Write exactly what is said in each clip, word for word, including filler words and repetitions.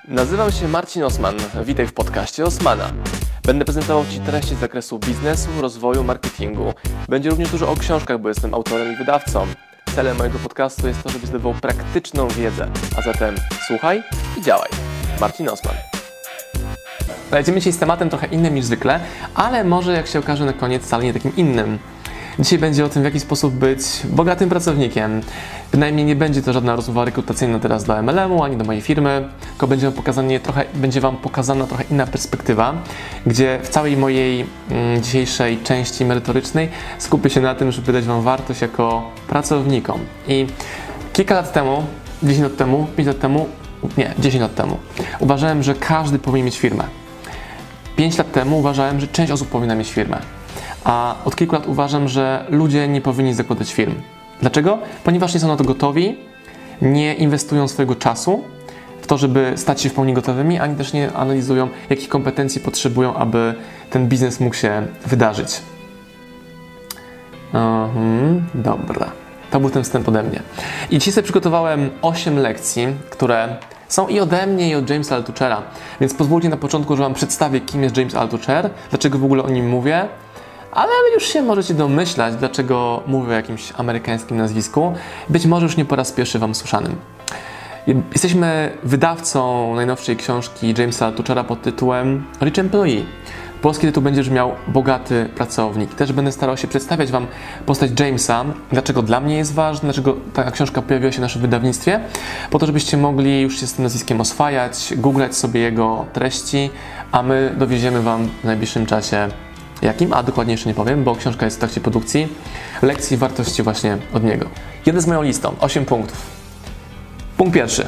Nazywam się Marcin Osman. Witaj w podcaście Osmana. Będę prezentował Ci treści z zakresu biznesu, rozwoju, marketingu. Będzie również dużo o książkach, bo jestem autorem i wydawcą. Celem mojego podcastu jest to, żebyś zdobywał praktyczną wiedzę. A zatem słuchaj i działaj. Marcin Osman. Lecimy dzisiaj z tematem trochę innym niż zwykle, ale może jak się okaże na koniec wcale nie takim innym. Dzisiaj będzie o tym, w jaki sposób być bogatym pracownikiem. Bynajmniej nie będzie to żadna rozmowa rekrutacyjna teraz do M L M-u, ani do mojej firmy, tylko będzie Wam, pokazanie trochę, będzie Wam pokazana trochę inna perspektywa, gdzie w całej mojej mm, dzisiejszej części merytorycznej skupię się na tym, żeby dać Wam wartość jako pracownikom. I kilka lat temu, dziesięć lat temu, pięć lat temu, nie, dziesięć lat temu, uważałem, że każdy powinien mieć firmę. pięć lat temu uważałem, że część osób powinna mieć firmę. A od kilku lat uważam, że ludzie nie powinni zakładać firm. Dlaczego? Ponieważ nie są na to gotowi, nie inwestują swojego czasu w to, żeby stać się w pełni gotowymi, ani też nie analizują, jakich kompetencji potrzebują, aby ten biznes mógł się wydarzyć. Mhm, dobra. To był ten wstęp ode mnie. I dzisiaj sobie przygotowałem osiem lekcji, które są i ode mnie, i od Jamesa Altuchera. Więc pozwólcie na początku, że Wam przedstawię, kim jest James Altucher, dlaczego w ogóle o nim mówię. Ale już się możecie domyślać, dlaczego mówię o jakimś amerykańskim nazwisku. Być może już nie po raz pierwszy Wam słyszanym. Jesteśmy wydawcą najnowszej książki Jamesa Altuchera pod tytułem Rich Employee. Polski tytuł będzie brzmiał Bogaty pracownik. Też będę starał się przedstawiać Wam postać Jamesa, dlaczego dla mnie jest ważna, dlaczego ta książka pojawiła się w naszym wydawnictwie, po to, żebyście mogli już się z tym nazwiskiem oswajać, googlać sobie jego treści, a my dowieziemy Wam w najbliższym czasie jakim? A dokładnie jeszcze nie powiem, bo książka jest w trakcie produkcji. Lekcji wartości właśnie od niego. Jeden z moją listą, osiem punktów. Punkt pierwszy.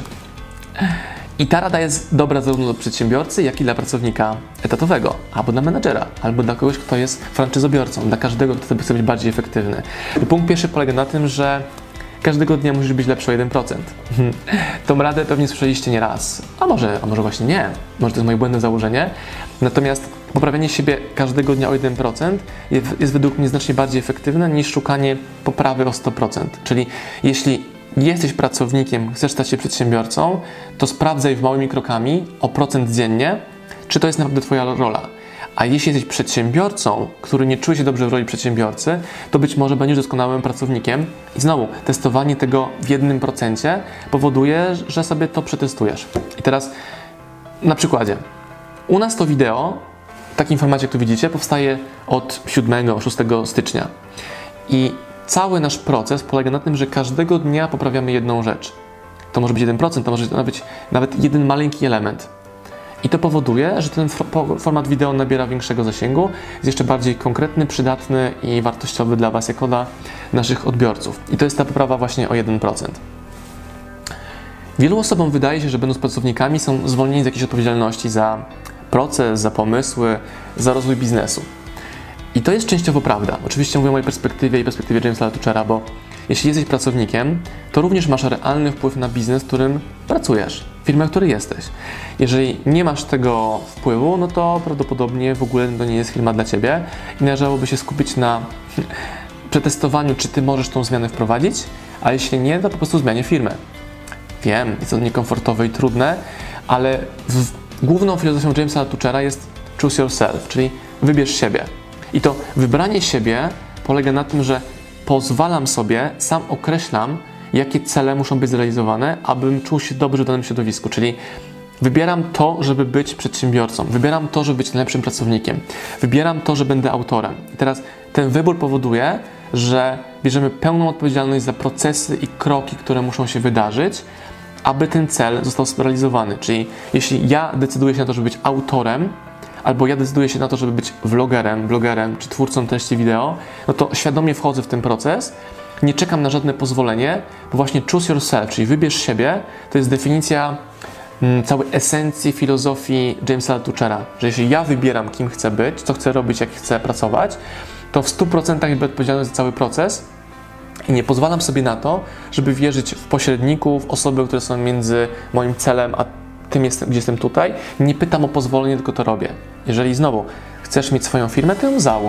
I ta rada jest dobra zarówno dla przedsiębiorcy, jak i dla pracownika etatowego, albo dla menadżera, albo dla kogoś, kto jest franczyzobiorcą, dla każdego, kto chce być bardziej efektywny. I punkt pierwszy polega na tym, że każdego dnia musisz być lepszy o jeden procent. Tą radę pewnie słyszeliście nie raz, a może, a może właśnie nie, może to jest moje błędne założenie. Natomiast poprawianie siebie każdego dnia o jeden procent jest, jest według mnie znacznie bardziej efektywne niż szukanie poprawy o sto procent. Czyli jeśli jesteś pracownikiem, chcesz stać się przedsiębiorcą, to sprawdzaj małymi krokami o procent dziennie, czy to jest naprawdę Twoja rola. A jeśli jesteś przedsiębiorcą, który nie czuje się dobrze w roli przedsiębiorcy, to być może będziesz doskonałym pracownikiem. I znowu, testowanie tego w jednym procencie powoduje, że sobie to przetestujesz. I teraz na przykładzie. U nas to wideo, w takim formacie, jak tu widzicie, powstaje od siódmego szóstego stycznia. I cały nasz proces polega na tym, że każdego dnia poprawiamy jedną rzecz. To może być jeden procent, to może być nawet jeden maleńki element. I to powoduje, że ten format wideo nabiera większego zasięgu, jest jeszcze bardziej konkretny, przydatny i wartościowy dla Was jako dla naszych odbiorców. I to jest ta poprawa właśnie o jeden procent. Wielu osobom wydaje się, że będąc pracownikami są zwolnieni z jakiejś odpowiedzialności za proces, za pomysły, za rozwój biznesu. I to jest częściowo prawda. Oczywiście mówię o mojej perspektywie i perspektywie Jamesa Altuchera, bo jeśli jesteś pracownikiem, to również masz realny wpływ na biznes, w którym pracujesz, firmę, w której jesteś. Jeżeli nie masz tego wpływu, no to prawdopodobnie w ogóle to nie jest firma dla Ciebie i należałoby się skupić na przetestowaniu, czy Ty możesz tą zmianę wprowadzić, a jeśli nie, to po prostu zmianie firmy. Wiem, jest to niekomfortowe i trudne, ale w, główną filozofią Jamesa Altuchera jest choose yourself, czyli wybierz siebie. I to wybranie siebie polega na tym, że pozwalam sobie, sam określam, jakie cele muszą być zrealizowane, abym czuł się dobrze w danym środowisku. Czyli wybieram to, żeby być przedsiębiorcą, wybieram to, żeby być najlepszym pracownikiem, wybieram to, że będę autorem. I teraz ten wybór powoduje, że bierzemy pełną odpowiedzialność za procesy i kroki, które muszą się wydarzyć, aby ten cel został zrealizowany. Czyli jeśli ja decyduję się na to, żeby być autorem, albo ja decyduję się na to, żeby być vlogerem, blogerem czy twórcą treści wideo, no to świadomie wchodzę w ten proces, nie czekam na żadne pozwolenie, bo właśnie choose yourself, czyli wybierz siebie, to jest definicja mm, całej esencji filozofii Jamesa Altuchera, że jeśli ja wybieram, kim chcę być, co chcę robić, jak chcę pracować, to w stu procentach biorę odpowiedzialność za cały proces i nie pozwalam sobie na to, żeby wierzyć w pośredników, osoby, które są między moim celem a tym, jestem, gdzie jestem tutaj. Nie pytam o pozwolenie, tylko to robię. Jeżeli znowu chcesz mieć swoją firmę, to ją załóż.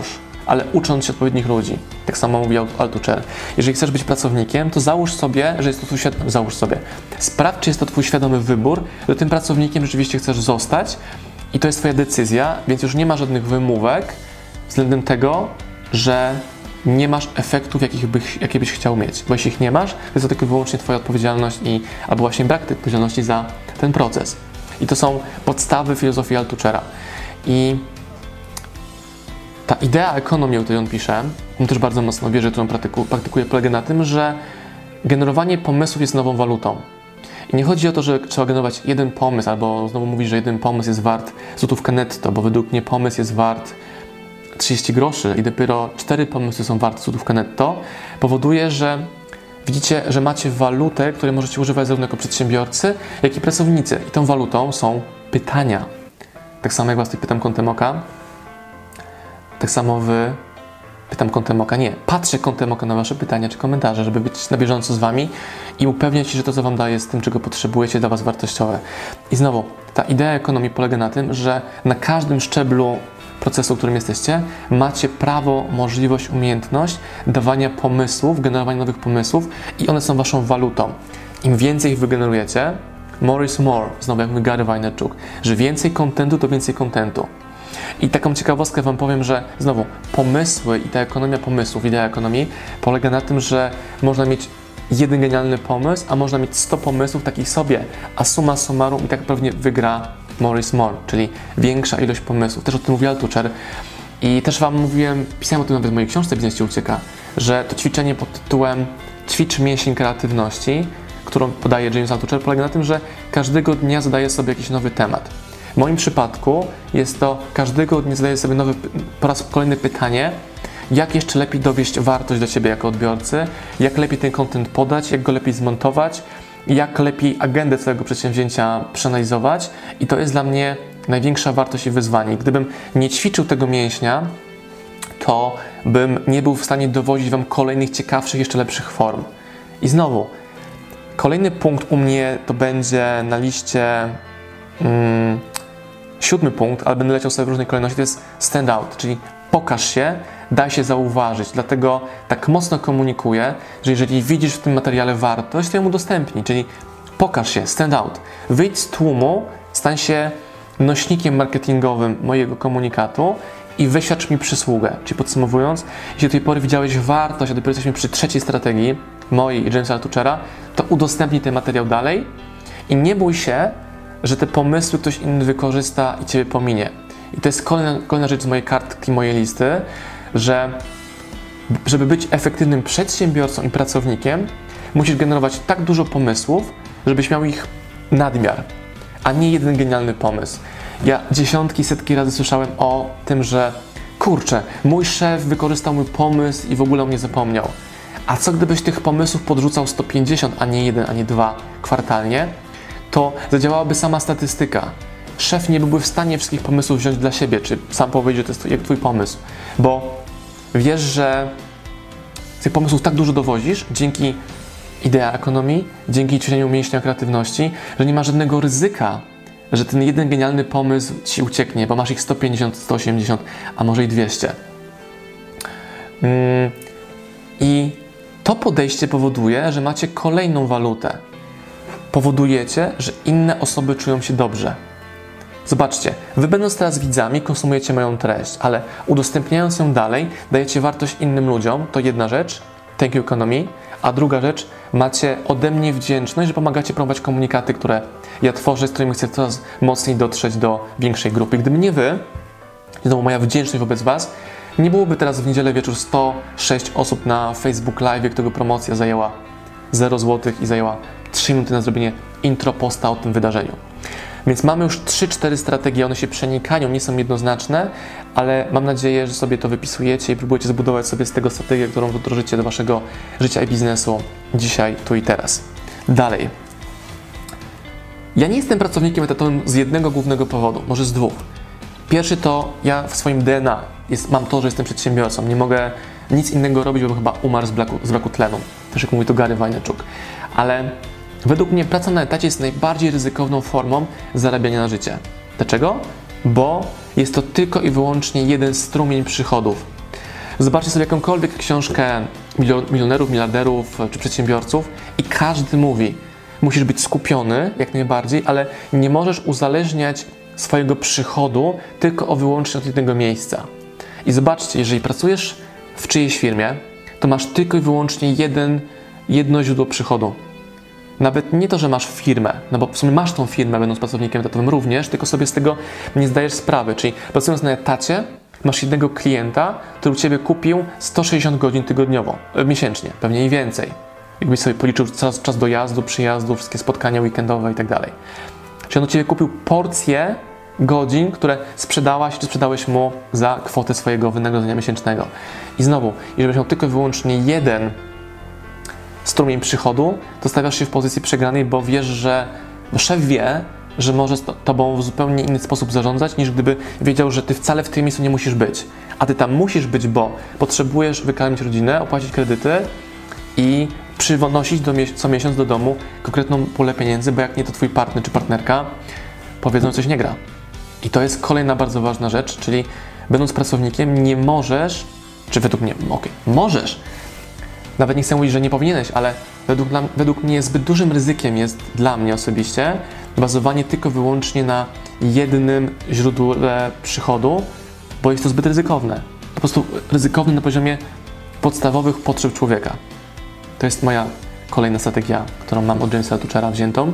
ale ucząc się odpowiednich ludzi. Tak samo mówi Altucher. Jeżeli chcesz być pracownikiem, to załóż sobie, że jest to twój świadomy, załóż sobie, sprawdź, czy jest to twój świadomy wybór, że tym pracownikiem rzeczywiście chcesz zostać i to jest twoja decyzja, więc już nie ma żadnych wymówek względem tego, że nie masz efektów, jakich byś, jakie byś chciał mieć. Bo jeśli ich nie masz, to jest to tylko wyłącznie twoja odpowiedzialność i, albo właśnie brak tej odpowiedzialności za ten proces. I to są podstawy filozofii Altuchera. I ta idea ekonomii, o której on pisze, on też bardzo mocno wierzy, którą praktyku, praktykuje, polega na tym, że generowanie pomysłów jest nową walutą. I nie chodzi o to, że trzeba generować jeden pomysł, albo znowu mówi, że jeden pomysł jest wart złotówkę netto, bo według mnie pomysł jest wart trzydzieści groszy i dopiero cztery pomysły są warte złotówkę netto, powoduje, że widzicie, że macie walutę, której możecie używać zarówno jako przedsiębiorcy, jak i pracownicy. I tą walutą są pytania. Tak samo jak was tutaj pytam kątem oka, tak samo wy pytam kątem oka. Nie, patrzę kątem oka na wasze pytania czy komentarze, żeby być na bieżąco z wami i upewniać się, że to, co wam daję, jest tym, czego potrzebujecie, dla was wartościowe. I znowu, ta idea ekonomii polega na tym, że na każdym szczeblu procesu, w którym jesteście, macie prawo, możliwość, umiejętność dawania pomysłów, generowania nowych pomysłów i one są waszą walutą. Im więcej ich wygenerujecie, more is more, znowu jak mówi Gary Vaynerchuk, że więcej kontentu to więcej kontentu. I taką ciekawostkę wam powiem, że znowu pomysły i ta ekonomia pomysłów, idea ekonomii polega na tym, że można mieć jeden genialny pomysł, a można mieć sto pomysłów takich sobie, a summa summarum i tak pewnie wygra more is more, czyli większa ilość pomysłów. Też o tym mówi Altucher. I też wam mówiłem, pisałem o tym nawet w mojej książce Biznes Cię ucieka, że to ćwiczenie pod tytułem Ćwicz mięsień kreatywności, którą podaje James Altucher, polega na tym, że każdego dnia zadaję sobie jakiś nowy temat. W moim przypadku jest to, każdego dnia zadaję sobie nowe, po raz kolejny pytanie, jak jeszcze lepiej dowieść wartość do Ciebie jako odbiorcy, jak lepiej ten content podać, jak go lepiej zmontować, jak lepiej agendę całego przedsięwzięcia przeanalizować i to jest dla mnie największa wartość i wyzwanie. Gdybym nie ćwiczył tego mięśnia, to bym nie był w stanie dowozić Wam kolejnych ciekawszych, jeszcze lepszych form. I znowu, kolejny punkt u mnie to będzie na liście mm, siódmy punkt, ale będę leciał sobie w różnej kolejności, to jest stand out, czyli pokaż się, daj się zauważyć. Dlatego tak mocno komunikuję, że jeżeli widzisz w tym materiale wartość, to ją udostępnij, czyli pokaż się, stand out. Wyjdź z tłumu, stań się nośnikiem marketingowym mojego komunikatu i wyświadcz mi przysługę. Czyli podsumowując, jeśli do tej pory widziałeś wartość, a dopiero jesteśmy przy trzeciej strategii mojej i Jamesa Altuchera, to udostępnij ten materiał dalej i nie bój się, że te pomysły ktoś inny wykorzysta i Ciebie pominie. I to jest kolejna, kolejna rzecz z mojej kartki, mojej listy, że żeby być efektywnym przedsiębiorcą i pracownikiem, musisz generować tak dużo pomysłów, żebyś miał ich nadmiar, a nie jeden genialny pomysł. Ja dziesiątki, setki razy słyszałem o tym, że kurczę, mój szef wykorzystał mój pomysł i w ogóle o mnie zapomniał. A co gdybyś tych pomysłów podrzucał sto pięćdziesiąt, a nie jeden, a nie dwa kwartalnie, to zadziałałaby sama statystyka. Szef nie byłby w stanie wszystkich pomysłów wziąć dla siebie, czy sam powiedzieć, że to jest jak twój pomysł, bo wiesz, że z tych pomysłów tak dużo dowozisz dzięki idea ekonomii, dzięki ćwiczeniu mięśnia kreatywności, że nie ma żadnego ryzyka, że ten jeden genialny pomysł ci ucieknie, bo masz ich sto pięćdziesiąt, sto osiemdziesiąt, a może i dwieście. Mm, I to podejście powoduje, że macie kolejną walutę. Powodujecie, że inne osoby czują się dobrze. Zobaczcie, wy będąc teraz widzami, konsumujecie moją treść, ale udostępniając ją dalej, dajecie wartość innym ludziom, to jedna rzecz, thank you economy, a druga rzecz, macie ode mnie wdzięczność, że pomagacie promować komunikaty, które ja tworzę, z którymi chcę coraz mocniej dotrzeć do większej grupy. Gdyby nie wy, znowu moja wdzięczność wobec was, nie byłoby teraz w niedzielę wieczór sto sześć osób na Facebook Live, którego promocja zajęła zero złotych i zajęła trzy minuty na zrobienie intro posta o tym wydarzeniu. Więc mamy już trzy cztery strategie, one się przenikają, nie są jednoznaczne, ale mam nadzieję, że sobie to wypisujecie i próbujecie zbudować sobie z tego strategię, którą wdrożycie do waszego życia i biznesu dzisiaj, tu i teraz. Dalej. Ja nie jestem pracownikiem etatowym z jednego głównego powodu, może z dwóch. Pierwszy to ja w swoim D N A jest, mam to, że jestem przedsiębiorcą. Nie mogę nic innego robić, bo bym chyba umarł z braku, z braku tlenu. Też jak mówi to Gary Vaynerchuk. Ale według mnie praca na etacie jest najbardziej ryzykowną formą zarabiania na życie. Dlaczego? Bo jest to tylko i wyłącznie jeden strumień przychodów. Zobaczcie sobie jakąkolwiek książkę milionerów, miliarderów czy przedsiębiorców i każdy mówi, musisz być skupiony jak najbardziej, ale nie możesz uzależniać swojego przychodu tylko o wyłącznie od jednego miejsca. I zobaczcie, jeżeli pracujesz w czyjejś firmie, to masz tylko i wyłącznie jeden, jedno źródło przychodu. Nawet nie to, że masz firmę, no bo w sumie masz tą firmę, będąc pracownikiem etatowym również, tylko sobie z tego nie zdajesz sprawy. Czyli pracując na etacie, masz jednego klienta, który u Ciebie kupił sto sześćdziesiąt godzin tygodniowo, miesięcznie, pewnie i więcej. Jakbyś sobie policzył czas, czas dojazdu, przyjazdu, wszystkie spotkania weekendowe i tak dalej. Czyli on u Ciebie kupił porcję godzin, które sprzedałaś, czy sprzedałeś mu za kwotę swojego wynagrodzenia miesięcznego. I znowu, jeżeli byś miał tylko i wyłącznie jeden strumień przychodu, to stawiasz się w pozycji przegranej, bo wiesz, że bo szef wie, że może z Tobą w zupełnie inny sposób zarządzać, niż gdyby wiedział, że Ty wcale w tym miejscu nie musisz być. A Ty tam musisz być, bo potrzebujesz wykarmić rodzinę, opłacić kredyty i przynosić do, co miesiąc do domu konkretną pulę pieniędzy, bo jak nie, to Twój partner czy partnerka powiedzą, że coś nie gra. I to jest kolejna bardzo ważna rzecz, czyli będąc pracownikiem nie możesz, czy według mnie, okej, okay, możesz, nawet nie chcę mówić, że nie powinieneś, ale według, według mnie zbyt dużym ryzykiem jest dla mnie osobiście bazowanie tylko wyłącznie na jednym źródle przychodu, bo jest to zbyt ryzykowne. Po prostu ryzykowne na poziomie podstawowych potrzeb człowieka. To jest moja kolejna strategia, którą mam od Jamesa Altuchera wziętą.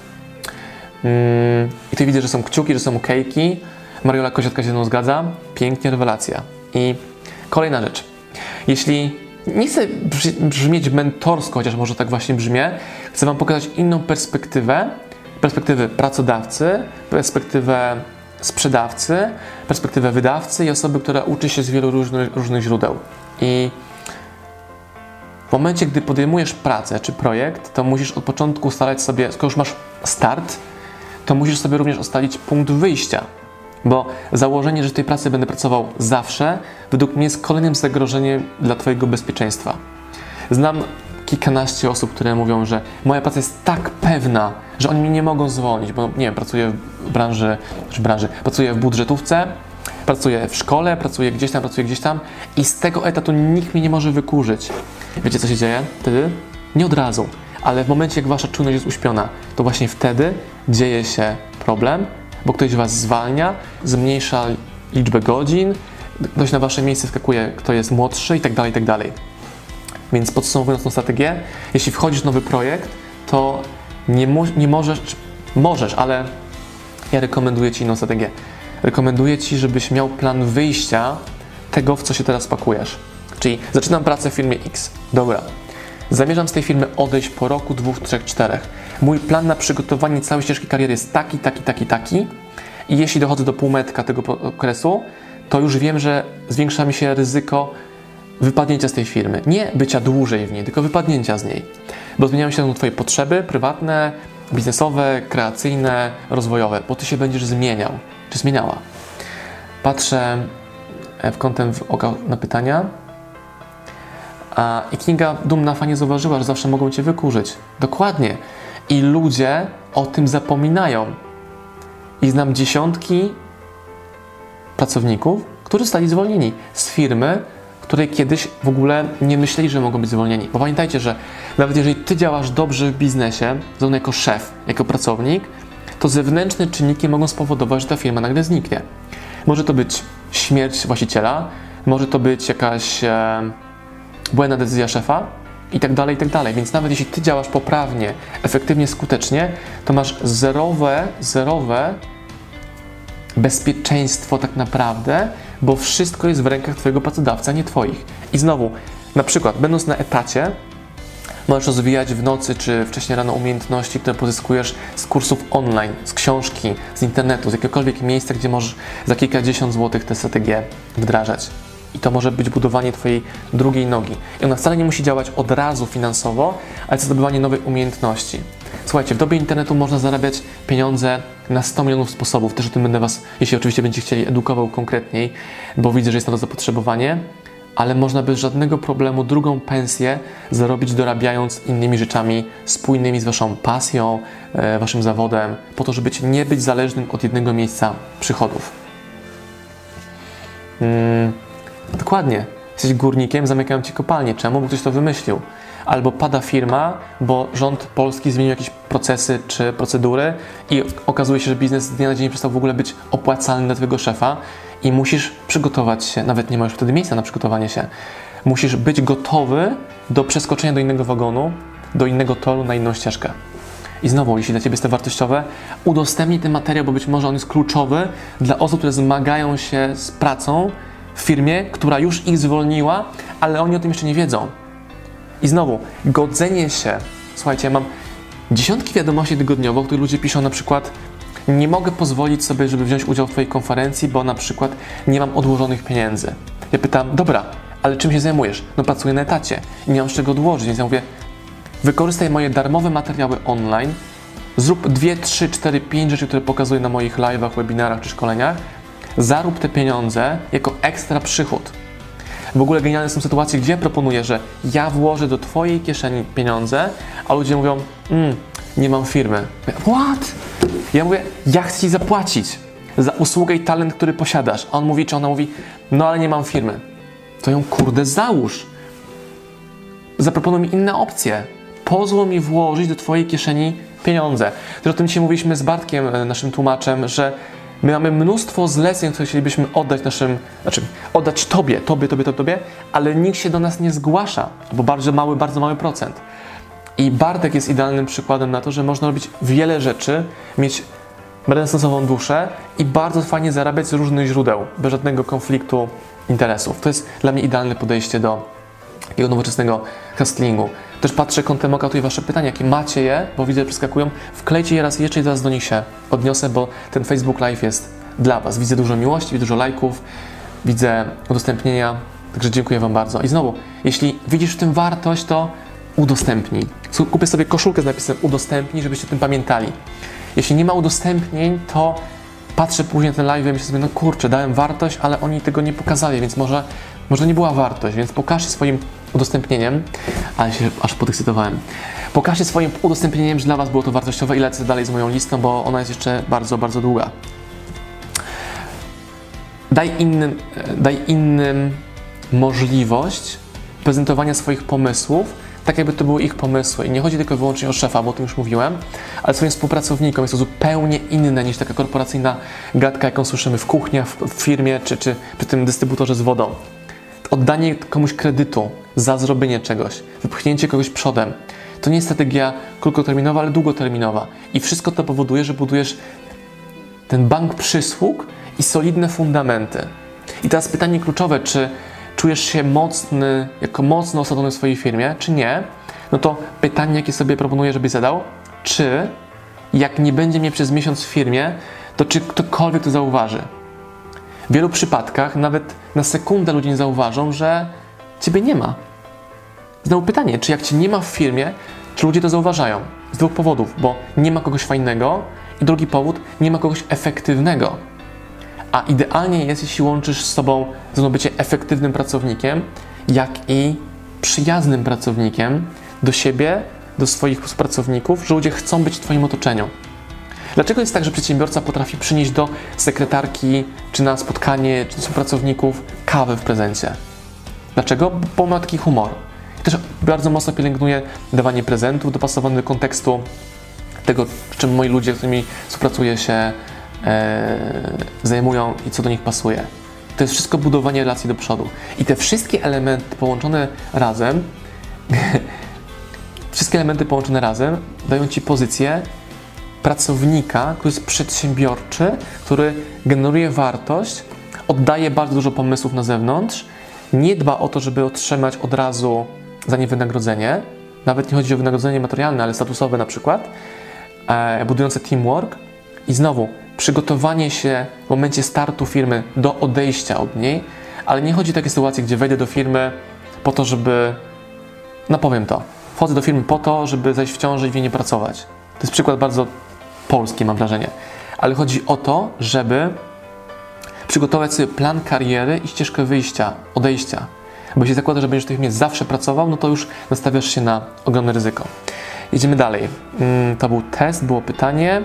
I tu widzę, że są kciuki, że są okejki. Mariola Koziatka się ze mną zgadza. Pięknie, rewelacja. I kolejna rzecz. Jeśli nie chcę brzmieć mentorsko, chociaż może tak właśnie brzmię, chcę Wam pokazać inną perspektywę, perspektywę pracodawcy, perspektywę sprzedawcy, perspektywę wydawcy i osoby, która uczy się z wielu różnych, różnych źródeł. I w momencie, gdy podejmujesz pracę czy projekt, to musisz od początku ustalać sobie, skoro już masz start, to musisz sobie również ustalić punkt wyjścia. Bo założenie, że w tej pracy będę pracował zawsze, według mnie jest kolejnym zagrożeniem dla Twojego bezpieczeństwa. Znam kilkanaście osób, które mówią, że moja praca jest tak pewna, że oni mnie nie mogą zwolnić, bo nie wiem, pracuję w branży, czy branży, pracuję w budżetówce, pracuję w szkole, pracuję gdzieś tam, pracuję gdzieś tam i z tego etatu nikt mnie nie może wykurzyć. Wiecie, co się dzieje wtedy? Nie od razu, ale w momencie, jak Wasza czujność jest uśpiona, to właśnie wtedy dzieje się problem, bo ktoś Was zwalnia, zmniejsza liczbę godzin, ktoś na Wasze miejsce wskakuje, kto jest młodszy i tak dalej, i tak dalej. Więc podsumowując tą strategię, jeśli wchodzisz w nowy projekt, to nie, mo nie możesz, możesz, ale ja rekomenduję Ci inną strategię. Rekomenduję Ci, żebyś miał plan wyjścia tego, w co się teraz pakujesz. Czyli zaczynam pracę w firmie X. Dobra. Zamierzam z tej firmy odejść po roku, dwóch, trzech, czterech. Mój plan na przygotowanie całej ścieżki kariery jest taki, taki, taki, taki. I jeśli dochodzę do półmetka tego okresu, to już wiem, że zwiększa mi się ryzyko wypadnięcia z tej firmy. Nie bycia dłużej w niej, tylko wypadnięcia z niej. Bo zmieniają się Twoje potrzeby prywatne, biznesowe, kreacyjne, rozwojowe, bo Ty się będziesz zmieniał, czy zmieniała. Patrzę w kątem oka na pytania. A i Kinga dumna fajnie zauważyła, że zawsze mogą Cię wykurzyć. Dokładnie. I ludzie o tym zapominają. I znam dziesiątki pracowników, którzy zostali zwolnieni z firmy, której kiedyś w ogóle nie myśleli, że mogą być zwolnieni. Bo pamiętajcie, że nawet jeżeli Ty działasz dobrze w biznesie, zarówno jako szef, jako pracownik, to zewnętrzne czynniki mogą spowodować, że ta firma nagle zniknie. Może to być śmierć właściciela, może to być jakaś e, błędna decyzja szefa i tak dalej, i tak dalej. Więc nawet jeśli Ty działasz poprawnie, efektywnie, skutecznie, to masz zerowe, zerowe bezpieczeństwo tak naprawdę, bo wszystko jest w rękach Twojego pracodawcy, a nie Twoich. I znowu, na przykład, będąc na etacie, możesz rozwijać w nocy czy wcześniej rano umiejętności, które pozyskujesz z kursów online, z książki, z internetu, z jakiegokolwiek miejsca, gdzie możesz za kilkadziesiąt złotych tę strategię wdrażać. I to może być budowanie Twojej drugiej nogi. I ona wcale nie musi działać od razu finansowo, ale to zdobywanie nowej umiejętności. Słuchajcie, w dobie internetu można zarabiać pieniądze na sto milionów sposobów. Też o tym będę Was, jeśli oczywiście będziecie chcieli, edukował konkretniej, bo widzę, że jest na to zapotrzebowanie, ale można bez żadnego problemu drugą pensję zarobić, dorabiając innymi rzeczami spójnymi z Waszą pasją, e, Waszym zawodem, po to, żeby nie być zależnym od jednego miejsca przychodów. Hmm, dokładnie. Jesteś górnikiem, zamykają ci kopalnię. Czemu? Bo ktoś to wymyślił. Albo pada firma, bo rząd polski zmienił jakieś procesy czy procedury i okazuje się, że biznes z dnia na dzień przestał w ogóle być opłacalny dla twojego szefa i musisz przygotować się, nawet nie masz wtedy miejsca na przygotowanie się, musisz być gotowy do przeskoczenia do innego wagonu, do innego toru, na inną ścieżkę. I znowu, jeśli dla ciebie jest to wartościowe, udostępnij ten materiał, bo być może on jest kluczowy dla osób, które zmagają się z pracą w firmie, która już ich zwolniła, ale oni o tym jeszcze nie wiedzą. I znowu, godzenie się. Słuchajcie, ja mam dziesiątki wiadomości tygodniowo, w których ludzie piszą na przykład: nie mogę pozwolić sobie, żeby wziąć udział w twojej konferencji, bo na przykład nie mam odłożonych pieniędzy. Ja pytam: dobra, ale czym się zajmujesz? No pracuję na etacie i nie mam z czego odłożyć, więc ja mówię: wykorzystaj moje darmowe materiały online, zrób dwie, trzy, cztery, pięć rzeczy, które pokazuję na moich live'ach, webinarach czy szkoleniach, zarób te pieniądze jako ekstra przychód. W ogóle genialne są sytuacje, gdzie proponuję, że ja włożę do twojej kieszeni pieniądze, a ludzie mówią: mm, nie mam firmy. What? Ja mówię: ja chcę ci zapłacić za usługę i talent, który posiadasz. A on mówi, czy ona mówi: no ale nie mam firmy. To ją kurde załóż. Zaproponuj mi inne opcje. Pozwól mi włożyć do twojej kieszeni pieniądze. Też o tym dzisiaj mówiliśmy z Bartkiem, naszym tłumaczem, że my mamy mnóstwo zleceń, które chcielibyśmy oddać naszym, znaczy oddać tobie, tobie, tobie, tobie, tobie, ale nikt się do nas nie zgłasza, bo bardzo mały, bardzo mały procent. I Bartek jest idealnym przykładem na to, że można robić wiele rzeczy, mieć renesansową duszę i bardzo fajnie zarabiać z różnych źródeł, bez żadnego konfliktu interesów. To jest dla mnie idealne podejście do takiego nowoczesnego hustlingu. Też patrzę kątem oka tutaj wasze pytania, jakie macie je, bo widzę, że przeskakują. Wklejcie je raz jeszcze i zaraz do nich się odniosę, bo ten Facebook Live jest dla was. Widzę dużo miłości, widzę dużo lajków, widzę udostępnienia, także dziękuję wam bardzo. I znowu, jeśli widzisz w tym wartość, to udostępnij. Kupię sobie koszulkę z napisem udostępnij, żebyście o tym pamiętali. Jeśli nie ma udostępnień, to patrzę później na ten live i myślę sobie: no kurczę, dałem wartość, ale oni tego nie pokazali, więc może, może nie była wartość, więc pokażcie swoim udostępnieniem, ale się aż podekscytowałem. Pokażcie swoim udostępnieniem, że dla was było to wartościowe i lecę dalej z moją listą, bo ona jest jeszcze bardzo, bardzo długa. Daj innym, daj innym możliwość prezentowania swoich pomysłów, tak jakby to były ich pomysły. I nie chodzi tylko i wyłącznie o szefa, bo o tym już mówiłem, ale swoim współpracownikom jest to zupełnie inne niż taka korporacyjna gadka, jaką słyszymy w kuchni, w firmie czy, czy przy tym dystrybutorze z wodą. Oddanie komuś kredytu za zrobienie czegoś, wypchnięcie kogoś przodem, to nie jest strategia krótkoterminowa, ale długoterminowa. I wszystko to powoduje, że budujesz ten bank przysług i solidne fundamenty. I teraz pytanie kluczowe: czy czujesz się mocny, jako mocno osadzony w swojej firmie, czy nie? No to pytanie, jakie sobie proponuję, żebyś zadał: czy jak nie będzie mnie przez miesiąc w firmie, to czy ktokolwiek to zauważy? W wielu przypadkach nawet na sekundę ludzie nie zauważą, że ciebie nie ma. Znowu pytanie, czy jak cię nie ma w firmie, czy ludzie to zauważają? Z dwóch powodów, bo nie ma kogoś fajnego i drugi powód, nie ma kogoś efektywnego. A idealnie jest, jeśli łączysz z sobą zarówno bycie efektywnym pracownikiem, jak i przyjaznym pracownikiem do siebie, do swoich współpracowników, że ludzie chcą być w twoim otoczeniu. Dlaczego jest tak, że przedsiębiorca potrafi przynieść do sekretarki, czy na spotkanie, czy do współpracowników kawę w prezencie? Dlaczego? Bo ma taki humor. I też bardzo mocno pielęgnuje dawanie prezentów dopasowanych do kontekstu tego, czym moi ludzie, z którymi współpracuję, się e, zajmują i co do nich pasuje. To jest wszystko budowanie relacji do przodu. I te wszystkie elementy połączone razem, wszystkie elementy połączone razem dają ci pozycję pracownika, który jest przedsiębiorczy, który generuje wartość, oddaje bardzo dużo pomysłów na zewnątrz, nie dba o to, żeby otrzymać od razu za nie wynagrodzenie, nawet nie chodzi o wynagrodzenie materialne, ale statusowe na przykład, e, budujące teamwork i znowu przygotowanie się w momencie startu firmy do odejścia od niej, ale nie chodzi o takie sytuacje, gdzie wejdę do firmy po to, żeby, no powiem to, wchodzę do firmy po to, żeby zajść w ciąży i w niej nie pracować. To jest przykład bardzo polski, mam wrażenie. Ale chodzi o to, żeby przygotować sobie plan kariery i ścieżkę wyjścia, odejścia. Bo jeśli zakładasz, że będziesz w tych miejsc zawsze pracował, no to już nastawiasz się na ogromne ryzyko. Jedziemy dalej. To był test, było pytanie.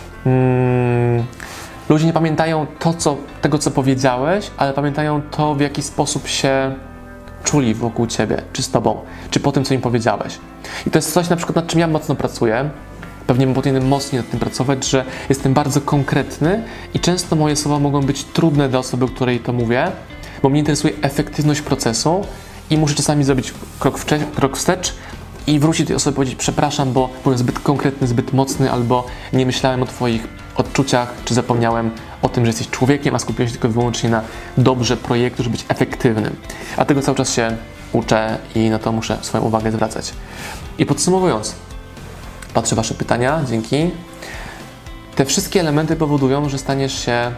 Ludzie nie pamiętają to, co, tego, co powiedziałeś, ale pamiętają to, w jaki sposób się czuli wokół ciebie, czy z tobą, czy po tym, co im powiedziałeś. I to jest coś, na przykład, nad czym ja mocno pracuję. Pewnie powinienem mocniej nad tym pracować, że jestem bardzo konkretny i często moje słowa mogą być trudne dla osoby, której to mówię, bo mnie interesuje efektywność procesu i muszę czasami zrobić krok, wcze- krok wstecz i wrócić do tej osoby i powiedzieć: przepraszam, bo byłem zbyt konkretny, zbyt mocny, albo nie myślałem o twoich odczuciach, czy zapomniałem o tym, że jesteś człowiekiem, a skupiłem się tylko i wyłącznie na dobrze projektu, żeby być efektywnym. A tego cały czas się uczę i na to muszę swoją uwagę zwracać. I podsumowując, patrzę wasze pytania, dzięki. Te wszystkie elementy powodują, że staniesz się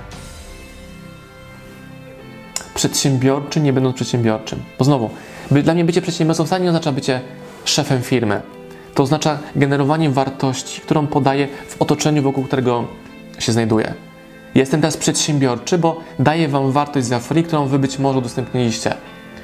przedsiębiorczy, nie będąc przedsiębiorczym. Bo znowu, by, dla mnie bycie przedsiębiorcą wcale nie oznacza bycie szefem firmy. To oznacza generowanie wartości, którą podaję w otoczeniu, wokół którego się znajduję. Jestem teraz przedsiębiorczy, bo daję wam wartość za free, którą wy być może udostępniliście.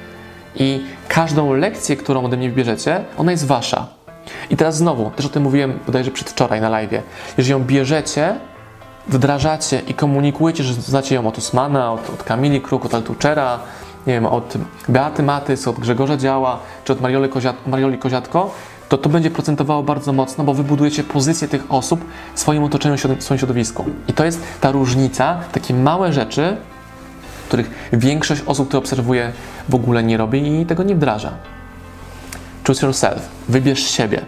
I każdą lekcję, którą ode mnie wybierzecie, ona jest wasza. I teraz znowu, też o tym mówiłem bodajże przedwczoraj na live'ie. Jeżeli ją bierzecie, wdrażacie i komunikujecie, że znacie ją od Usmana, od, od Kamili Kruk, od Altuchera, nie wiem, od Beaty Matys, od Grzegorza Działa, czy od Marioli, Koziat, Marioli Koziatko, to to będzie procentowało bardzo mocno, bo wy budujecie pozycję tych osób w swoim otoczeniu, w swoim środowisku. I to jest ta różnica, takie małe rzeczy, których większość osób, które obserwuję, w ogóle nie robi i tego nie wdraża. Choose yourself. Wybierz siebie.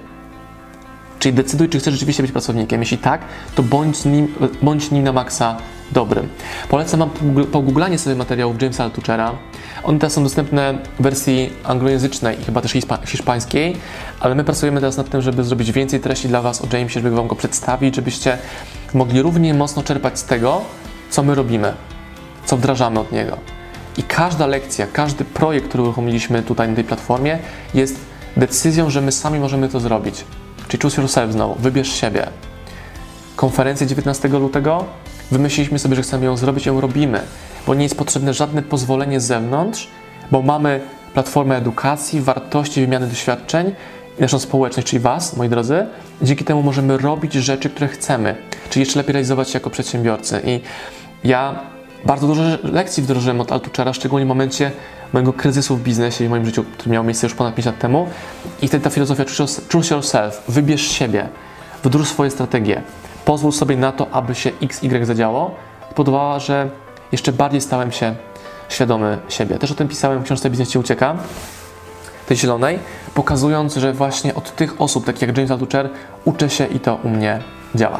Czyli decyduj, czy chcesz rzeczywiście być pracownikiem. Jeśli tak, to bądź nim, bądź nim na maksa dobrym. Polecam wam pogooglanie sobie materiałów Jamesa Altuchera. One teraz są dostępne w wersji anglojęzycznej i chyba też hiszpa- hiszpańskiej, ale my pracujemy teraz nad tym, żeby zrobić więcej treści dla was o Jamesie, żeby wam go przedstawić, żebyście mogli równie mocno czerpać z tego, co my robimy, co wdrażamy od niego. I każda lekcja, każdy projekt, który uruchomiliśmy tutaj na tej platformie, jest decyzją, że my sami możemy to zrobić. Czyli choose yourself znowu, wybierz siebie. Konferencję dziewiętnastego lutego, wymyśliliśmy sobie, że chcemy ją zrobić, ją robimy, bo nie jest potrzebne żadne pozwolenie z zewnątrz, bo mamy platformę edukacji, wartości, wymiany doświadczeń i naszą społeczność, czyli was, moi drodzy. Dzięki temu możemy robić rzeczy, które chcemy, czyli jeszcze lepiej realizować się jako przedsiębiorcy. I ja bardzo dużo lekcji wdrożyłem od Altuchera, szczególnie w momencie mojego kryzysu w biznesie i w moim życiu, który miał miejsce już ponad pięć lat temu. I wtedy ta filozofia choose yourself, wybierz siebie, wdróż swoje strategie, pozwól sobie na to, aby się X Y zadziało, spowodowała, że jeszcze bardziej stałem się świadomy siebie. Też o tym pisałem w książce Biznes Ci Ucieka, tej zielonej, pokazując, że właśnie od tych osób, takich jak James Altucher, uczę się i to u mnie działa.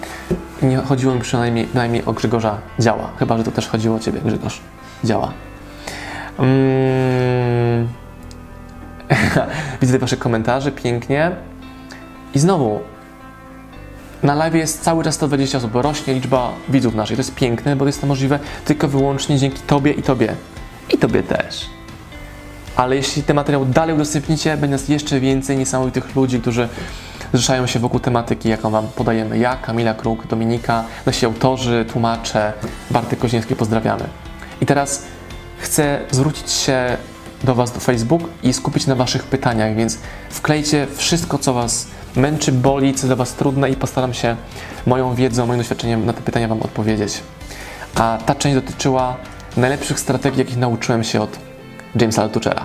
I nie chodziło mi przynajmniej, przynajmniej o Grzegorza Działa, chyba że to też chodziło o ciebie, Grzegorz Działa. Mm. Widzę wasze komentarze, pięknie. I znowu, na live jest cały czas sto dwadzieścia osób, bo rośnie liczba widzów naszych. To jest piękne, bo jest to możliwe tylko wyłącznie dzięki tobie i tobie. I tobie też. Ale jeśli ten materiał dalej udostępnicie, będzie nas jeszcze więcej niesamowitych ludzi, którzy zrzeszają się wokół tematyki, jaką wam podajemy. Ja, Kamila Kruk, Dominika, nasi autorzy, tłumacze, Bartek Koźniewski, pozdrawiamy. I teraz chcę zwrócić się do was, do Facebook i skupić na waszych pytaniach, więc wklejcie wszystko, co was męczy, boli, co dla was trudne i postaram się moją wiedzą, moim doświadczeniem na te pytania wam odpowiedzieć. A ta część dotyczyła najlepszych strategii, jakich nauczyłem się od Jamesa Altuchera.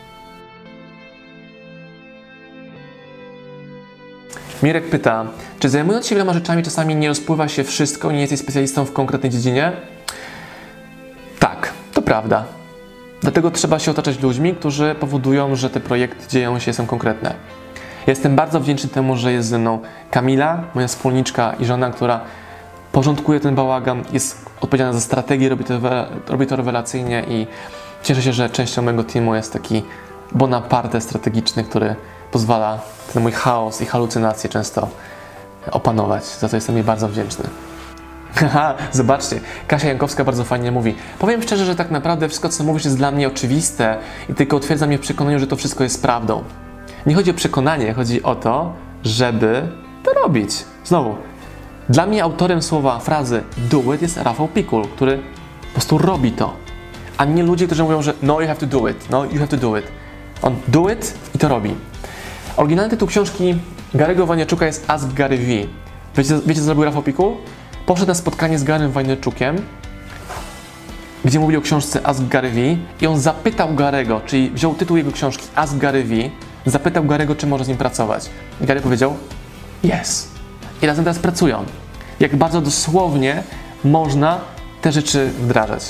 Mirek pyta, czy zajmując się wieloma rzeczami czasami nie rozpływa się wszystko i nie jesteś specjalistą w konkretnej dziedzinie? Tak, to prawda. Dlatego trzeba się otaczać ludźmi, którzy powodują, że te projekty dzieją się, są konkretne. Jestem bardzo wdzięczny temu, że jest ze mną Kamila, moja wspólniczka i żona, która porządkuje ten bałagan, jest odpowiedzialna za strategię, robi to, robi to rewelacyjnie i cieszę się, że częścią mojego teamu jest taki Bonaparte strategiczny, który pozwala ten mój chaos i halucynacje często opanować. Za to jestem jej bardzo wdzięczny. Haha, zobaczcie, Kasia Jankowska bardzo fajnie mówi. Powiem szczerze, że tak naprawdę wszystko, co mówisz, jest dla mnie oczywiste i tylko utwierdza mnie w przekonaniu, że to wszystko jest prawdą. Nie chodzi o przekonanie, chodzi o to, żeby to robić. Znowu, dla mnie autorem słowa, frazy do it jest Rafał Pikul, który po prostu robi to. A nie ludzie, którzy mówią, że no you have to do it, no you have to do it. On do it i to robi. Oryginalny tytuł książki Gary'ego Vaynerchuka jest Ask Gary V. Wiecie, wiecie co zrobił Rafał Pikul? Poszedł na spotkanie z Garym Vaynerchukiem gdzie mówili o książce Ask Gary Vee i on zapytał Gary'ego, czyli wziął tytuł jego książki Ask Gary Vee, zapytał Gary'ego, czy może z nim pracować. I Gary powiedział yes. I razem teraz pracują. Jak bardzo dosłownie można te rzeczy wdrażać.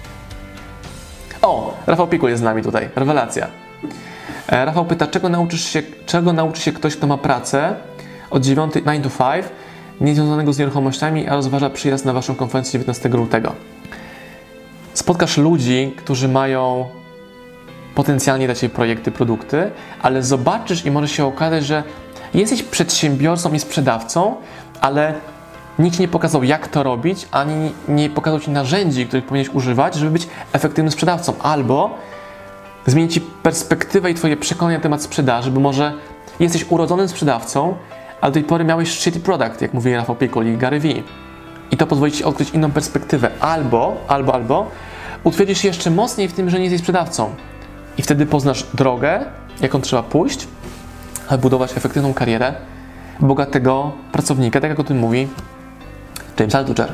O, Rafał Pikul jest z nami tutaj. Rewelacja. E, Rafał pyta, czego nauczysz się, czego nauczy się ktoś, kto ma pracę od dziewiątej, nine to five, niezwiązanego z nieruchomościami, a rozważa przyjazd na waszą konferencję dziewiętnastego lutego. Spotkasz ludzi, którzy mają potencjalnie dać jej projekty, produkty, ale zobaczysz i może się okazać, że jesteś przedsiębiorcą i sprzedawcą, ale nikt ci nie pokazał, jak to robić, ani nie pokazał ci narzędzi, których powinieneś używać, żeby być efektywnym sprzedawcą. Albo zmieni ci perspektywę i twoje przekonania na temat sprzedaży, bo może jesteś urodzonym sprzedawcą, a do tej pory miałeś shitty product, jak mówi Rafał Pikul i Gary Vee. I to pozwoli ci odkryć inną perspektywę. Albo, albo, albo utwierdzisz się jeszcze mocniej w tym, że nie jesteś sprzedawcą. I wtedy poznasz drogę, jaką trzeba pójść, aby budować efektywną karierę bogatego pracownika, tak jak o tym mówi James Altucher.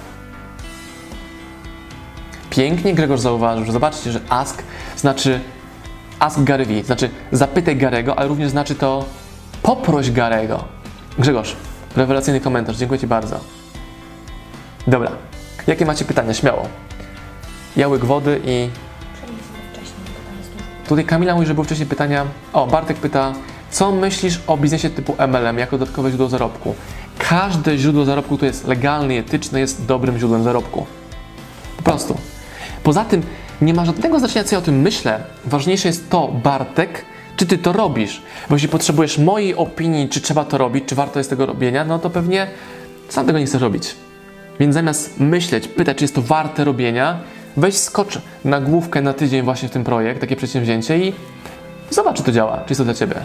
Pięknie Grzegorz zauważył, że zobaczcie, że ask znaczy ask Gary Vee, znaczy zapytaj Gary'ego, ale również znaczy to poproś Gary'ego. Grzegorz, rewelacyjny komentarz, dziękuję ci bardzo. Dobra, jakie macie pytania? Śmiało. Ja łyk wody i... Tutaj Kamila mówi, że były wcześniej pytania... O, Bartek pyta, co myślisz o biznesie typu M L M jako dodatkowe źródło zarobku? Każde źródło zarobku, które jest legalne i etyczne, jest dobrym źródłem zarobku. Po prostu. Poza tym nie ma żadnego znaczenia, co ja o tym myślę. Ważniejsze jest to, Bartek, czy ty to robisz. Bo jeśli potrzebujesz mojej opinii, czy trzeba to robić, czy warto jest tego robienia, no to pewnie sam tego nie chcesz robić. Więc zamiast myśleć, pytać, czy jest to warte robienia, weź skocz na główkę na tydzień właśnie w tym projekt, takie przedsięwzięcie i zobacz, czy to działa, czy jest to dla ciebie.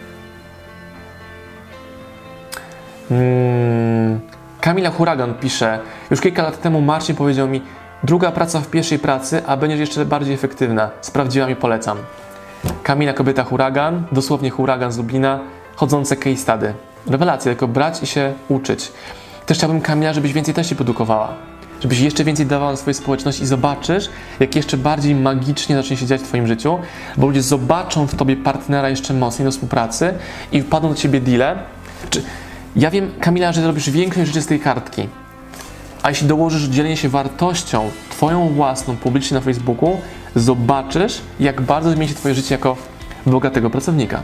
Hmm. Kamila Huragan pisze, już kilka lat temu Marcin powiedział mi, druga praca w pierwszej pracy, a będziesz jeszcze bardziej efektywna. Sprawdziłam i polecam. Kamila, kobieta huragan, dosłownie huragan z Lublina, chodzące case study. Rewelacja, tylko brać i się uczyć. Też chciałbym, Kamila, żebyś więcej treści produkowała. Żebyś jeszcze więcej dawała na swojej społeczności i zobaczysz, jak jeszcze bardziej magicznie zacznie się dziać w twoim życiu, bo ludzie zobaczą w tobie partnera jeszcze mocniej do współpracy i wpadną do ciebie deale. Czy... Ja wiem, Kamila, że robisz większość rzeczy z tej kartki, a jeśli dołożysz dzielenie się wartością twoją własną publicznie na Facebooku, zobaczysz, jak bardzo zmieni się twoje życie jako bogatego pracownika.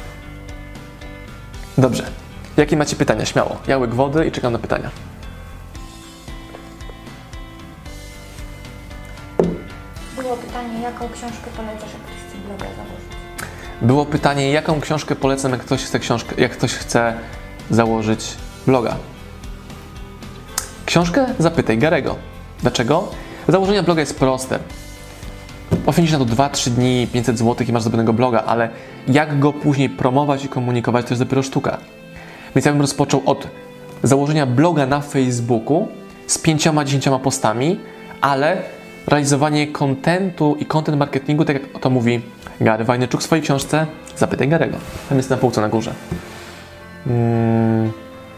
Dobrze. Jakie macie pytania? Śmiało. Ja łyk wody i czekam na pytania. Było pytanie, jaką książkę polecasz, jak ktoś chce bloga założyć? Było pytanie, jaką książkę polecam, jak ktoś chce, książkę, jak ktoś chce założyć bloga. Książkę zapytaj Gary'ego. Dlaczego? Założenie bloga jest proste. Poświęcisz na to dwa trzy dni, pięćset złotych i masz zrobionego bloga, ale jak go później promować i komunikować, to jest dopiero sztuka. Więc ja bym rozpoczął od założenia bloga na Facebooku z pięcioma, dziesięcioma postami, ale realizowanie kontentu i content marketingu, tak jak to mówi Gary Vaynerchuk w swojej książce Zapytaj Gary'ego. Tam jest na półce na górze. Hmm.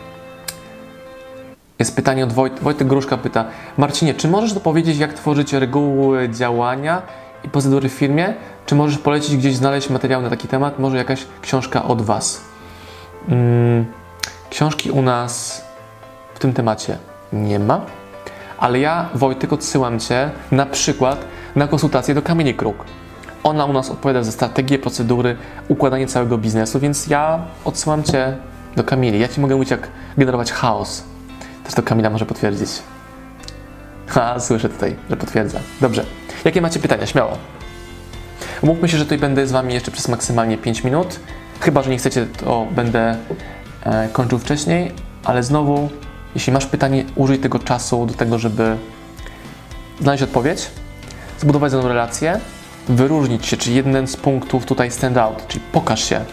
Jest pytanie od Wojt Wojtek Gruszka pyta, Marcinie, czy możesz dopowiedzieć, jak tworzyć reguły działania i procedury w firmie? Czy możesz polecić gdzieś znaleźć materiał na taki temat? Może jakaś książka od Was? Hmm. Książki u nas w tym temacie nie ma, ale ja, Wojtek, odsyłam Cię na przykład na konsultację do Kamili Kruk. Ona u nas odpowiada za strategię, procedury, układanie całego biznesu, więc ja odsyłam Cię do Kamili. Ja Ci mogę mówić, jak generować chaos. Też to Kamila może potwierdzić. Ha, słyszę tutaj, że potwierdza. Dobrze. Jakie macie pytania? Śmiało. Umówmy się, że tutaj będę z Wami jeszcze przez maksymalnie pięć minut. Chyba że nie chcecie, to będę e, kończył wcześniej, ale znowu, jeśli masz pytanie, użyj tego czasu do tego, żeby znaleźć odpowiedź, zbudować ze mną relację, wyróżnić się, czy jeden z punktów tutaj stand out, czyli pokaż się.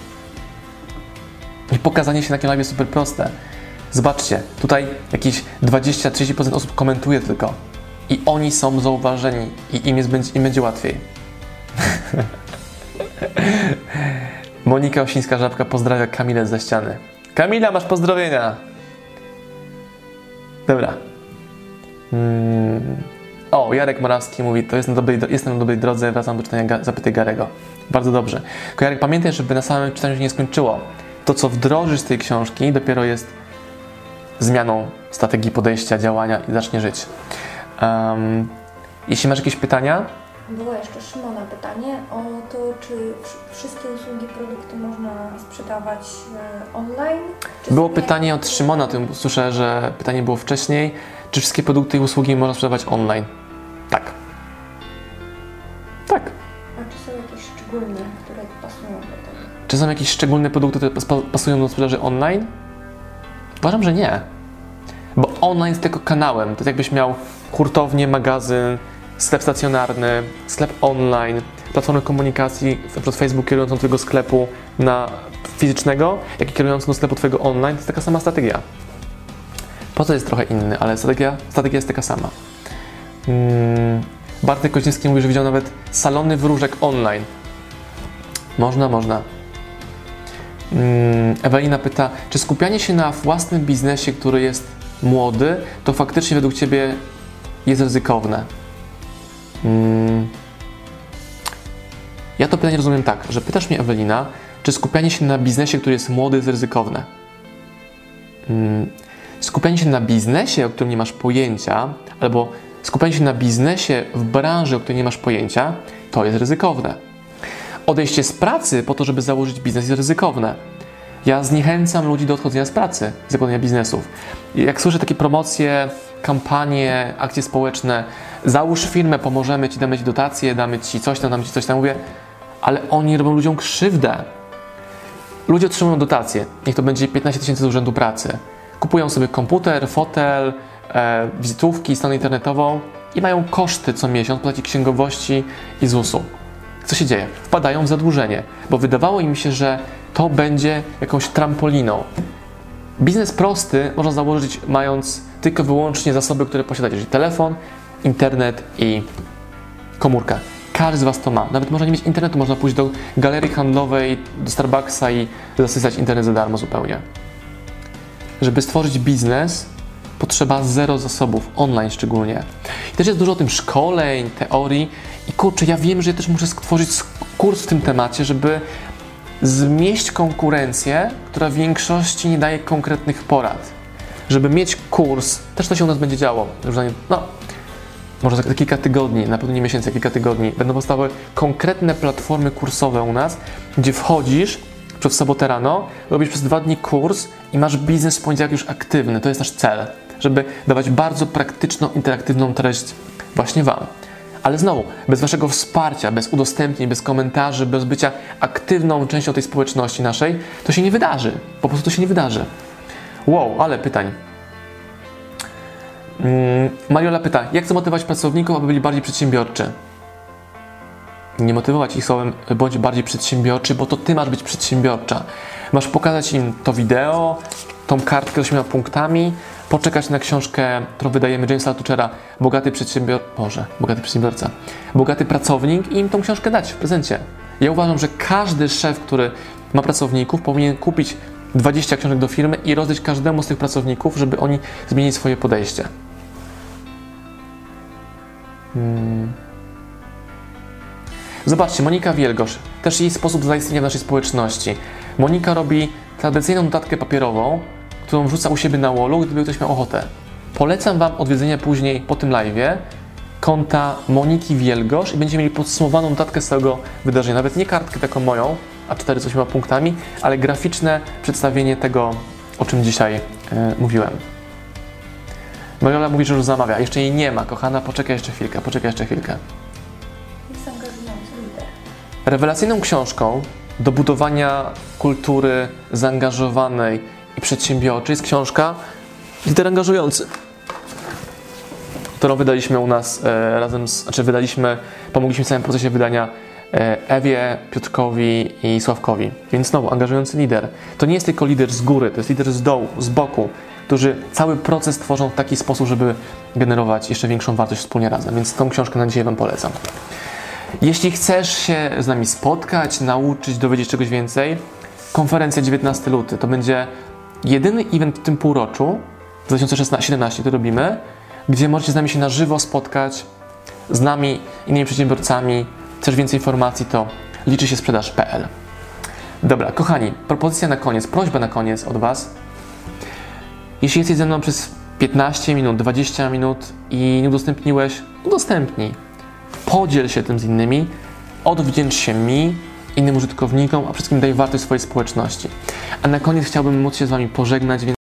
I pokazanie się na kanale jest super proste. Zobaczcie, tutaj jakieś dwadzieścia do trzydziestu procent osób komentuje tylko i oni są zauważeni i im, jest, im będzie łatwiej. Monika Osińska-Żabka pozdrawia Kamilę ze ściany. Kamila, masz pozdrowienia! Dobra. Hmm. O, Jarek Morawski mówi, to jest na dobrej, jestem na dobrej drodze, wracam do czytania ga, Zapytaj Garego. Bardzo dobrze. Tylko Jarek, pamiętaj, żeby na samym czytaniu się nie skończyło. To, co wdrożysz z tej książki, dopiero jest zmianą strategii podejścia, działania i zacznie żyć. Um, jeśli masz jakieś pytania? Było jeszcze Szymona pytanie o to, czy wszystkie usługi, produkty można sprzedawać e, online? Czy Było sobie... pytanie od Szymona, tym słyszę, że pytanie było wcześniej. Czy wszystkie produkty i usługi można sprzedawać online? Tak. Tak. A czy są jakieś szczególne, które pasują do tego? Czy są jakieś szczególne produkty, które pasują do sprzedaży online? Uważam, że nie. Bo online jest tylko kanałem. To jest jakbyś miał hurtownię, magazyn, sklep stacjonarny, sklep online, platformę komunikacji, np. Facebook kierującą do Twojego sklepu na fizycznego, jak i kierującą do sklepu Twojego online. To jest taka sama strategia. Proces jest trochę inny, ale strategia, strategia jest taka sama. Hmm. Bartek Koźniewski mówi, że widział nawet salony wróżek online. Można, można. Hmm. Ewelina pyta, czy skupianie się na własnym biznesie, który jest młody, to faktycznie według Ciebie jest ryzykowne? Hmm. Ja to pytanie rozumiem tak, że pytasz mnie, Ewelina, czy skupianie się na biznesie, który jest młody, jest ryzykowne? Hmm. Skupianie się na biznesie, o którym nie masz pojęcia, albo skupianie się na biznesie w branży, o której nie masz pojęcia, to jest ryzykowne. Odejście z pracy po to, żeby założyć biznes, jest ryzykowne. Ja zniechęcam ludzi do odchodzenia z pracy, z zakładania biznesów. Jak słyszę takie promocje, kampanie, akcje społeczne, załóż firmę, pomożemy Ci, damy Ci dotacje, damy Ci coś tam, damy Ci coś tam, mówię, ale oni robią ludziom krzywdę. Ludzie otrzymują dotacje, niech to będzie piętnaście tysięcy z urzędu pracy. Kupują sobie komputer, fotel, e, wizytówki, stronę internetową i mają koszty co miesiąc, płaci księgowości i zusu. Co się dzieje? Wpadają w zadłużenie, bo wydawało im się, że to będzie jakąś trampoliną. Biznes prosty można założyć mając tylko wyłącznie zasoby, które posiadacie, czyli telefon, internet i komórka. Każdy z Was to ma. Nawet można nie mieć internetu, można pójść do galerii handlowej, do Starbucksa i zasysać internet za darmo zupełnie. Żeby stworzyć biznes, potrzeba zero zasobów, online szczególnie. I też jest dużo o tym szkoleń, teorii i kurczę, ja wiem, że ja też muszę stworzyć kurs w tym temacie, żeby zmieść konkurencję, która w większości nie daje konkretnych porad. Żeby mieć kurs, też to się u nas będzie działo, no, może za kilka tygodni, na pewno nie miesięcy, kilka tygodni, będą powstały konkretne platformy kursowe u nas, gdzie wchodzisz w sobotę rano, robisz przez dwa dni kurs i masz biznes w poniedziałek już aktywny. To jest nasz cel, żeby dawać bardzo praktyczną, interaktywną treść właśnie Wam. Ale znowu, bez Waszego wsparcia, bez udostępnień, bez komentarzy, bez bycia aktywną częścią tej społeczności naszej, to się nie wydarzy. Po prostu to się nie wydarzy. Wow, ale pytań. Hmm, Mariola pyta, jak zamotywować pracowników, aby byli bardziej przedsiębiorczy? Nie motywować ich słowem, bądź bardziej przedsiębiorczy, bo to Ty masz być przedsiębiorcza. Masz pokazać im to wideo, tą kartkę z ośmioma punktami, poczekać na książkę, którą wydajemy Jamesa Altuchera, Bogaty przedsiębiorca, Boże, Bogaty przedsiębiorca, Bogaty pracownik i im tą książkę dać w prezencie. Ja uważam, że każdy szef, który ma pracowników, powinien kupić dwadzieścia książek do firmy i rozdać każdemu z tych pracowników, żeby oni zmienili swoje podejście. Hmm. Zobaczcie, Monika Wielgosz, też jej sposób zaistnienia w naszej społeczności. Monika robi tradycyjną notatkę papierową, którą wrzuca u siebie na wallu, gdyby ktoś miał ochotę. Polecam Wam odwiedzenie później po tym live'ie konta Moniki Wielgosz i będziecie mieli podsumowaną notatkę z całego wydarzenia. Nawet nie kartkę taką moją, a cztery z ośmioma punktami, ale graficzne przedstawienie tego, o czym dzisiaj e, mówiłem. Mariola mówi, że już zamawia. Jeszcze jej nie ma, kochana, poczekaj jeszcze chwilkę, poczekaj jeszcze chwilkę. Rewelacyjną książką do budowania kultury zaangażowanej i przedsiębiorczej jest książka Lider Angażujący, którą wydaliśmy u nas e, razem z, znaczy wydaliśmy, pomogliśmy w całym procesie wydania e, Ewie, Piotrkowi i Sławkowi. Więc znowu, angażujący lider. To nie jest tylko lider z góry, to jest lider z dołu, z boku, którzy cały proces tworzą w taki sposób, żeby generować jeszcze większą wartość wspólnie razem. Więc tą książkę na dzisiaj Wam polecam. Jeśli chcesz się z nami spotkać, nauczyć, dowiedzieć czegoś więcej, konferencja dziewiętnastego lutego to będzie jedyny event w tym półroczu, dwa tysiące siedemnastym to robimy, gdzie możecie z nami się na żywo spotkać z nami, innymi przedsiębiorcami, chcesz więcej informacji, to liczy się sprzedaż kropka p l. Dobra, kochani, propozycja na koniec, prośba na koniec od Was. Jeśli jesteś ze mną przez piętnaście minut, dwadzieścia minut i nie udostępniłeś, udostępnij. Podziel się tym z innymi, odwdzięcz się mi, innym użytkownikom, a przede wszystkim daj wartość swojej społeczności. A na koniec chciałbym móc się z Wami pożegnać, więc